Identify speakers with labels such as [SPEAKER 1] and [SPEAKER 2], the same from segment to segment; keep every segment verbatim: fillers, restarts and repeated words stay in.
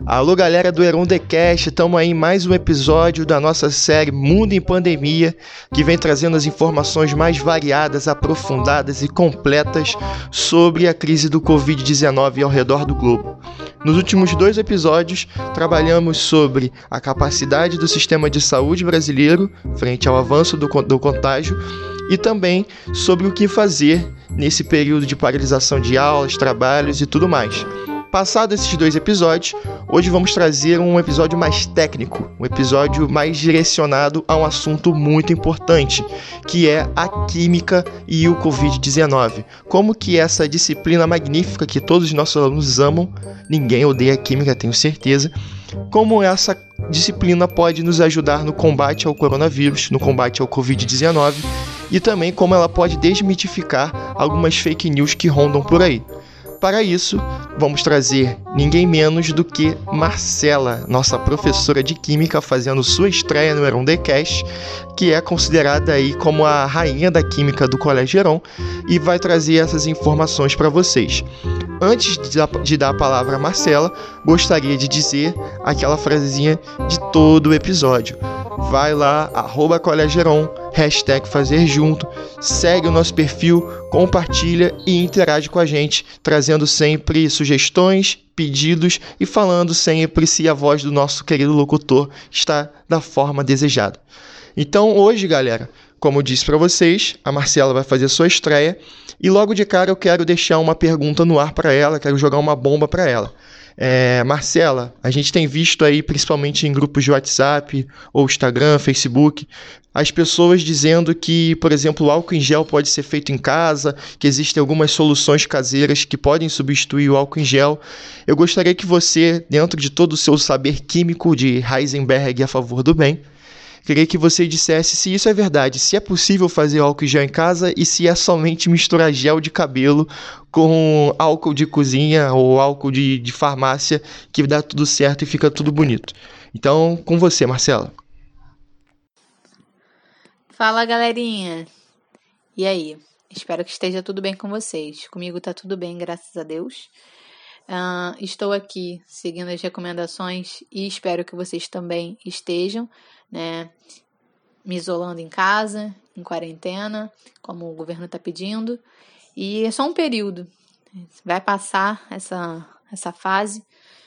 [SPEAKER 1] Alô galera do Heron The Cast, estamos aí em mais um episódio da nossa série Mundo em Pandemia, que vem trazendo as informações mais variadas, aprofundadas e completas sobre a crise do covid dezenove ao redor do globo. Nos últimos dois episódios, trabalhamos sobre a capacidade do sistema de saúde brasileiro frente ao avanço do, do contágio e também sobre o que fazer nesse período de paralisação de aulas, trabalhos e tudo mais. Passados esses dois episódios, hoje vamos trazer um episódio mais técnico, um episódio mais direcionado a um assunto muito importante, que é a química e o covid dezenove. Como que essa disciplina magnífica que todos os nossos alunos amam, ninguém odeia química, tenho certeza, como essa disciplina pode nos ajudar no combate ao coronavírus, no combate ao covid dezenove, e também como ela pode desmitificar algumas fake news que rondam por aí. Para isso, vamos trazer ninguém menos do que Marcela, nossa professora de Química, fazendo sua estreia no Heron The Cast, que é considerada aí como a rainha da Química do Colégio Heron, e vai trazer essas informações para vocês. Antes de dar a palavra a Marcela, gostaria de dizer aquela frasezinha de todo o episódio. Vai lá, arroba Colégio Heron, hashtag fazer junto, segue o nosso perfil, compartilha e interage com a gente, trazendo sempre sugestões, pedidos e falando sempre se a voz do nosso querido locutor está da forma desejada. Então hoje, galera, como eu disse para vocês, a Marcela vai fazer sua estreia e logo de cara eu quero deixar uma pergunta no ar para ela, quero jogar uma bomba para ela. É, Marcela, a gente tem visto aí, principalmente em grupos de WhatsApp ou Instagram, Facebook, as pessoas dizendo que, por exemplo, o álcool em gel pode ser feito em casa, que existem algumas soluções caseiras que podem substituir o álcool em gel. Eu gostaria que você, dentro de todo o seu saber químico de Heisenberg a favor do bem, queria que você dissesse se isso é verdade, se é possível fazer álcool em gel em casa e se é somente misturar gel de cabelo com álcool de cozinha ou álcool de, de farmácia que dá tudo certo e fica tudo bonito. Então, com você, Marcela.
[SPEAKER 2] Fala, galerinha. E aí? Espero que esteja tudo bem com vocês. Comigo tá tudo bem, graças a Deus. Uh, estou aqui seguindo as recomendações e espero que vocês também estejam, né, me isolando em casa, em quarentena, como o governo está pedindo. E é só um período, vai passar essa, essa fase,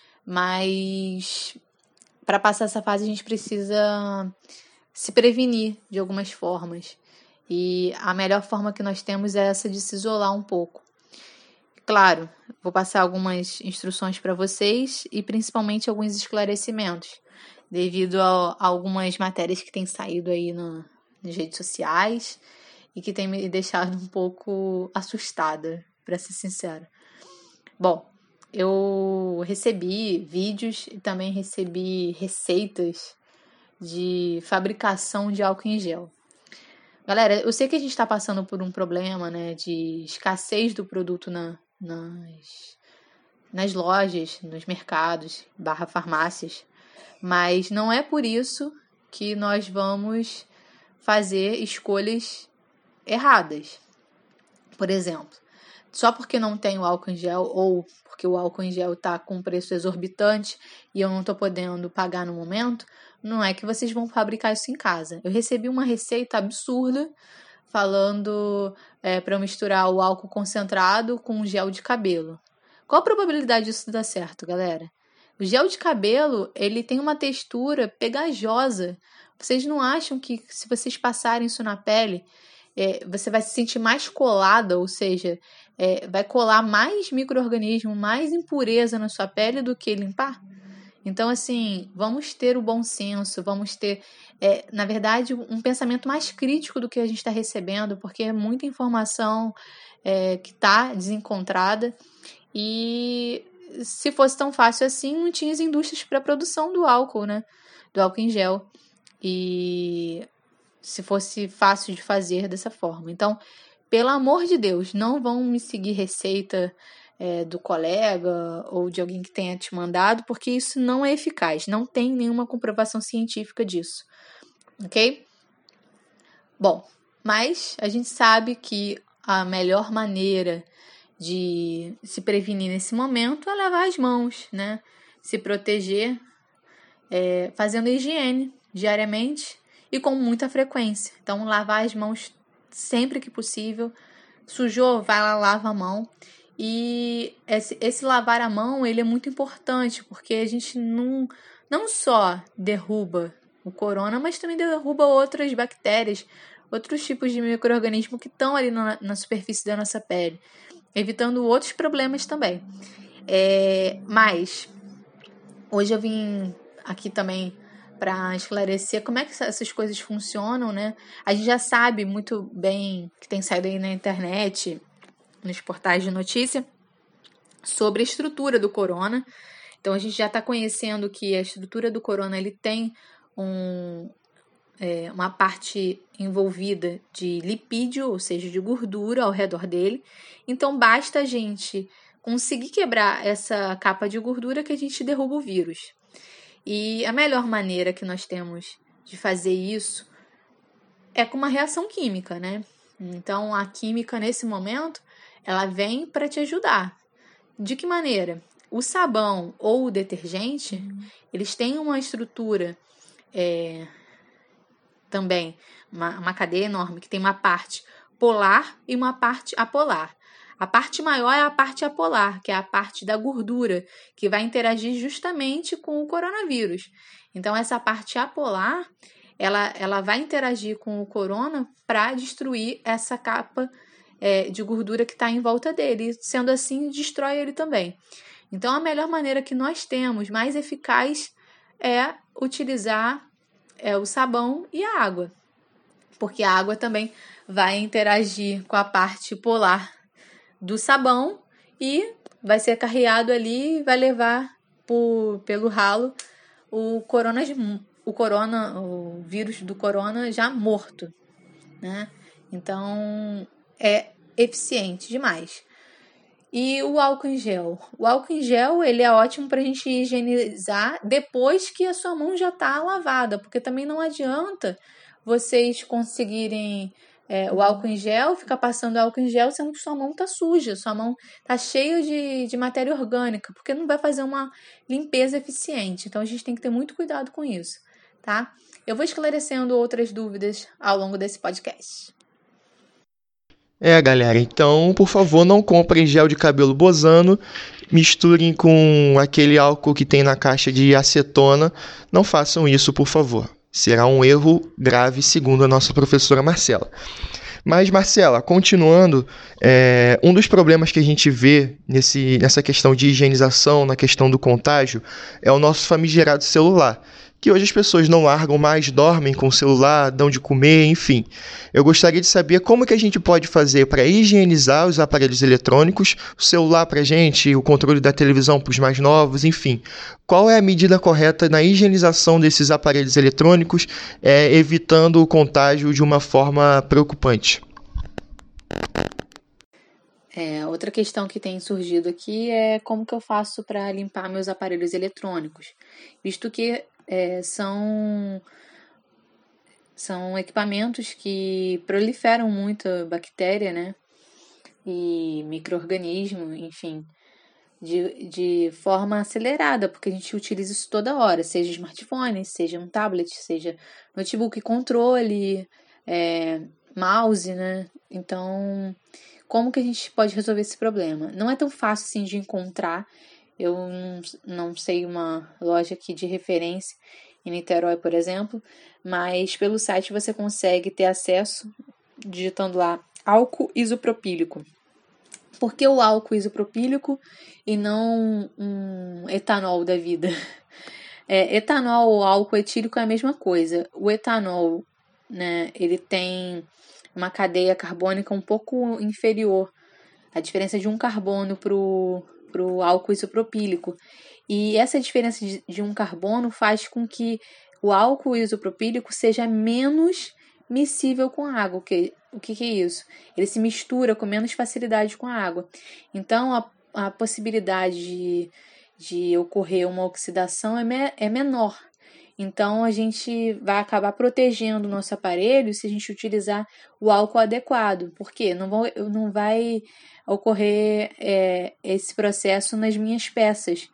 [SPEAKER 2] mas para passar essa fase a gente precisa se prevenir de algumas formas. E a melhor forma que nós temos é essa de se isolar um pouco. Claro, vou passar algumas instruções para vocês e principalmente alguns esclarecimentos, devido a, a algumas matérias que têm saído aí no, nas redes sociais e que têm me deixado um pouco assustada, para ser sincera. Bom, eu recebi vídeos e também recebi receitas de fabricação de álcool em gel. Galera, eu sei que a gente está passando por um problema, né, de escassez do produto na Nas, nas lojas, nos mercados, barra farmácias, mas não é por isso que nós vamos fazer escolhas erradas. Por exemplo, só porque não tem o álcool em gel ou porque o álcool em gel está com um preço exorbitante e eu não estou podendo pagar no momento, não é que vocês vão fabricar isso em casa. Eu recebi uma receita absurda falando é, para misturar o álcool concentrado com gel de cabelo. Qual a probabilidade disso dar certo, galera? O gel de cabelo, ele tem uma textura pegajosa. Vocês não acham que se vocês passarem isso na pele, é, você vai se sentir mais colada, ou seja, é, vai colar mais micro-organismo, mais impureza na sua pele do que limpar? Então, assim, vamos ter o bom senso, vamos ter, é, na verdade, um pensamento mais crítico do que a gente está recebendo, porque é muita informação é, que está desencontrada. E se fosse tão fácil assim, não tinha as indústrias para a produção do álcool, né? Do álcool em gel. E se fosse fácil de fazer dessa forma. Então, pelo amor de Deus, não vão me seguir receita É, do colega ou de alguém que tenha te mandado, porque isso não é eficaz, não tem nenhuma comprovação científica disso, ok? Bom, mas a gente sabe que a melhor maneira de se prevenir nesse momento é lavar as mãos, né? se proteger é, fazendo higiene diariamente e com muita frequência. Então, lavar as mãos sempre que possível. Sujou, vai lá, lava a mão. E esse, esse lavar a mão, ele é muito importante, porque a gente não, não só derruba o corona, mas também derruba outras bactérias, outros tipos de micro-organismos que estão ali na, na superfície da nossa pele, evitando outros problemas também. É, mas, hoje eu vim aqui também para esclarecer como é que essas coisas funcionam, né? A gente já sabe muito bem, que tem saído aí na internet, nos portais de notícia, sobre a estrutura do corona. Então, a gente já está conhecendo que a estrutura do corona, ele tem um, é, uma parte envolvida de lipídio, ou seja, de gordura ao redor dele. Então, basta a gente conseguir quebrar essa capa de gordura que a gente derruba o vírus. E a melhor maneira que nós temos de fazer isso é com uma reação química, né? Então, a química, nesse momento, ela vem para te ajudar. De que maneira? O sabão ou o detergente, eles têm uma estrutura é, também, uma, uma cadeia enorme, que tem uma parte polar e uma parte apolar. A parte maior é a parte apolar, que é a parte da gordura, que vai interagir justamente com o coronavírus. Então, essa parte apolar, ela, ela vai interagir com o corona para destruir essa capa é, de gordura que está em volta dele. Sendo assim, destrói ele também. Então, a melhor maneira que nós temos, mais eficaz, é utilizar é, o sabão e a água. Porque a água também vai interagir com a parte polar do sabão e vai ser carreado ali e vai levar por, pelo ralo o corona, o corona, o vírus do corona já morto, né? Então, é eficiente demais. E o álcool em gel? O álcool em gel, ele é ótimo para a gente higienizar depois que a sua mão já está lavada, porque também não adianta vocês conseguirem É, o álcool em gel, ficar passando álcool em gel, sendo que sua mão tá suja, sua mão tá cheia de, de matéria orgânica, porque não vai fazer uma limpeza eficiente. Então, a gente tem que ter muito cuidado com isso, tá? Eu vou esclarecendo outras dúvidas ao longo desse podcast.
[SPEAKER 1] É, galera, então, por favor, não comprem gel de cabelo Bozano, misturem com aquele álcool que tem na caixa de acetona. Não façam isso, por favor. Será um erro grave, segundo a nossa professora Marcela. Mas, Marcela, continuando, é, um dos problemas que a gente vê nesse, nessa questão de higienização, na questão do contágio, é o nosso famigerado celular, que hoje as pessoas não largam mais, dormem com o celular, dão de comer, enfim. Eu gostaria de saber como que a gente pode fazer para higienizar os aparelhos eletrônicos, o celular para a gente, o controle da televisão para os mais novos, enfim. Qual é a medida correta na higienização desses aparelhos eletrônicos, é, evitando o contágio de uma forma preocupante?
[SPEAKER 2] É, outra questão que tem surgido aqui é como que eu faço para limpar meus aparelhos eletrônicos, visto que é, são, são equipamentos que proliferam muita bactéria, né? E micro-organismo, enfim, de, de forma acelerada, porque a gente utiliza isso toda hora, seja smartphone, seja um tablet, seja notebook, controle, é, mouse, né? Então, como que a gente pode resolver esse problema? Não é tão fácil assim de encontrar. Eu não, não sei uma loja aqui de referência em Niterói, por exemplo, mas pelo site você consegue ter acesso digitando lá álcool isopropílico. Por que o álcool isopropílico e não um etanol da vida? É, etanol ou álcool etílico é a mesma coisa. O etanol, né, ele tem uma cadeia carbônica um pouco inferior. A diferença de um carbono para o álcool isopropílico. E essa diferença de, de um carbono faz com que o álcool isopropílico seja menos miscível com a água. O que, o que, que é isso? Ele se mistura com menos facilidade com a água. Então, a, a possibilidade de, de ocorrer uma oxidação é, me, é menor. Então, a gente vai acabar protegendo o nosso aparelho se a gente utilizar o álcool adequado. Por quê? Não, vão, não vai ocorrer é, esse processo nas minhas peças.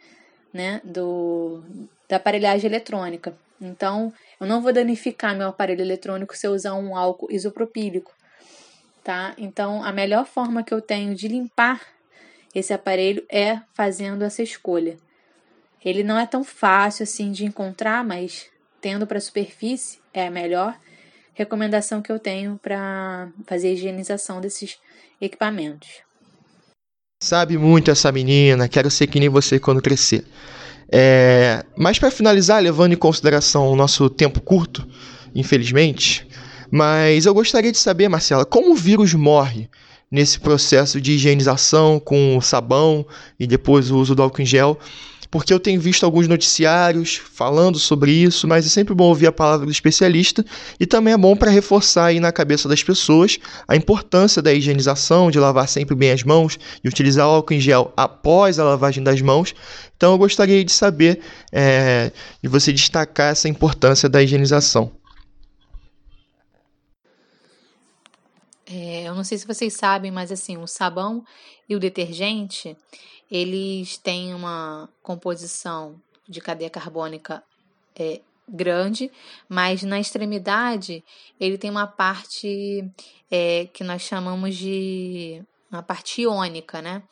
[SPEAKER 2] né, do, da aparelhagem eletrônica. Então, eu não vou danificar meu aparelho eletrônico se eu usar um álcool isopropílico, tá? Então, a melhor forma que eu tenho de limpar esse aparelho é fazendo essa escolha. Ele não é tão fácil assim de encontrar, mas tendo para a superfície é a melhor recomendação que eu tenho para fazer a higienização desses equipamentos.
[SPEAKER 1] Sabe muito essa menina, quero ser que nem você quando crescer. É... Mas para finalizar, levando em consideração o nosso tempo curto, infelizmente, mas eu gostaria de saber, Marcela, como o vírus morre nesse processo de higienização com o sabão e depois o uso do álcool em gel, porque eu tenho visto alguns noticiários falando sobre isso, mas é sempre bom ouvir a palavra do especialista e também é bom para reforçar aí na cabeça das pessoas a importância da higienização, de lavar sempre bem as mãos e utilizar o álcool em gel após a lavagem das mãos. Então eu gostaria de saber, é, de você destacar essa importância da higienização.
[SPEAKER 2] É, eu não sei se vocês sabem, mas assim, o sabão e o detergente, eles têm uma composição de cadeia carbônica é, grande, mas na extremidade ele tem uma parte é, que nós chamamos de uma parte iônica, né?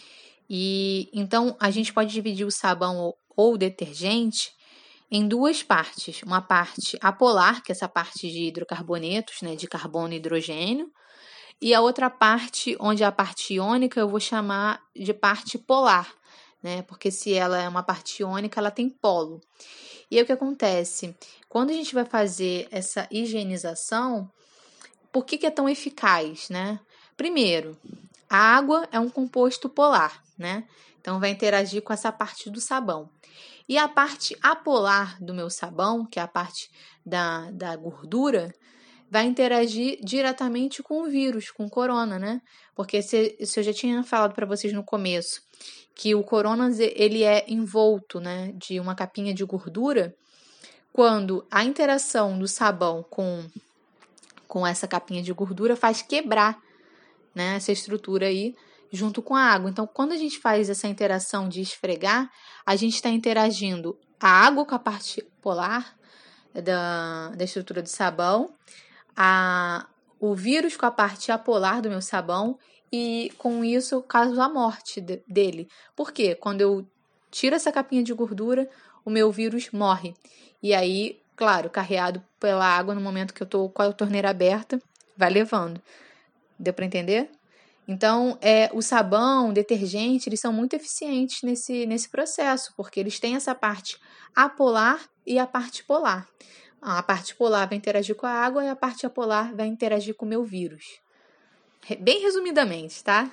[SPEAKER 2] E então a gente pode dividir o sabão ou, ou o detergente em duas partes. Uma parte apolar, que é essa parte de hidrocarbonetos, né, de carbono e hidrogênio, e a outra parte, onde é a parte iônica, eu vou chamar de parte polar, né? Porque se ela é uma parte iônica, ela tem polo. E aí o que acontece? Quando a gente vai fazer essa higienização, por que que é tão eficaz, né? Primeiro, a água é um composto polar, né? Então vai interagir com essa parte do sabão. E a parte apolar do meu sabão, que é a parte da, da gordura, vai interagir diretamente com o vírus, com o corona, né? Porque se, se eu já tinha falado para vocês no começo que o corona ele é envolto, né, de uma capinha de gordura, quando a interação do sabão com, com essa capinha de gordura faz quebrar, né, essa estrutura aí junto com a água. Então, quando a gente faz essa interação de esfregar, a gente está interagindo a água com a parte polar da, da estrutura do sabão, A, o vírus com a parte apolar do meu sabão e com isso causa a morte de, dele. Por quê? Quando eu tiro essa capinha de gordura, o meu vírus morre. E aí, claro, carreado pela água no momento que eu estou com a torneira aberta, vai levando. Deu para entender? Então, é, o sabão, o detergente, eles são muito eficientes nesse, nesse processo, porque eles têm essa parte apolar e a parte polar. A parte polar vai interagir com a água e a parte apolar vai interagir com o meu vírus. Bem resumidamente, tá?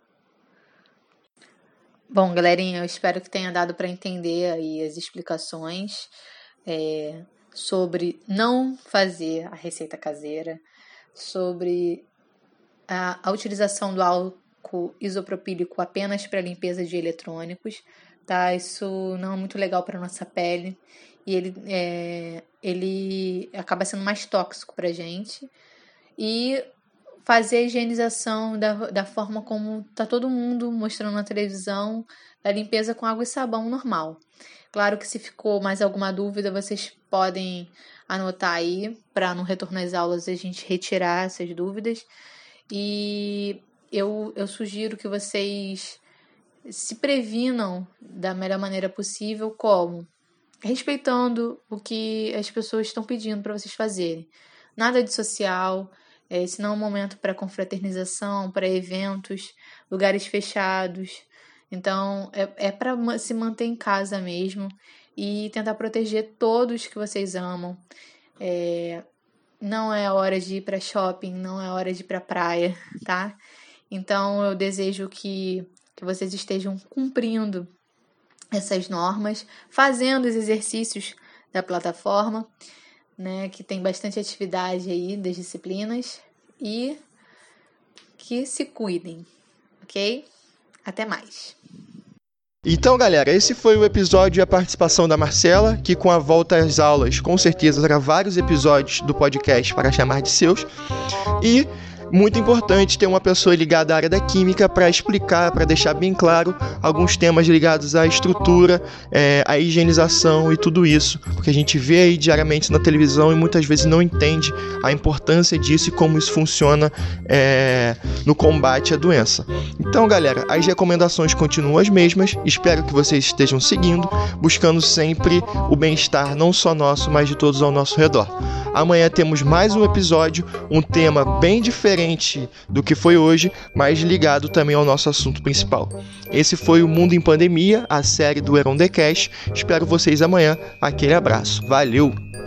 [SPEAKER 2] Bom, galerinha, eu espero que tenha dado para entender aí as explicações é, sobre não fazer a receita caseira, sobre a, a utilização do álcool isopropílico apenas para limpeza de eletrônicos, tá? Isso não é muito legal para nossa pele. E ele, é, ele acaba sendo mais tóxico para a gente. E fazer a higienização da, da forma como está todo mundo mostrando na televisão, da limpeza com água e sabão normal. Claro que se ficou mais alguma dúvida, vocês podem anotar aí, para no retorno às aulas a gente retirar essas dúvidas. E eu, eu sugiro que vocês se previnam da melhor maneira possível, como respeitando o que as pessoas estão pedindo para vocês fazerem. Nada de social, esse não é um momento para confraternização, para eventos, lugares fechados. Então, é, é para se manter em casa mesmo e tentar proteger todos que vocês amam. É, não é hora de ir para shopping, não é hora de ir para praia, tá? Então, eu desejo que, que vocês estejam cumprindo essas normas, fazendo os exercícios da plataforma, né, que tem bastante atividade aí das disciplinas, e que se cuidem, ok? Até mais.
[SPEAKER 1] Então, galera, esse foi o episódio e a participação da Marcela, que com a volta às aulas, com certeza terá vários episódios do podcast para chamar de seus, e Muito importante ter uma pessoa ligada à área da química para explicar, para deixar bem claro alguns temas ligados à estrutura, é, à higienização e tudo isso, porque a gente vê aí diariamente na televisão e muitas vezes não entende a importância disso e como isso funciona é, no combate à doença. Então, galera, as recomendações continuam as mesmas, espero que vocês estejam seguindo, buscando sempre o bem-estar não só nosso, mas de todos ao nosso redor. Amanhã temos mais um episódio, um tema bem diferente do que foi hoje, mas ligado também ao nosso assunto principal. Esse foi o Mundo em Pandemia, a série do Heron The Cast. Espero vocês amanhã. Aquele abraço. Valeu!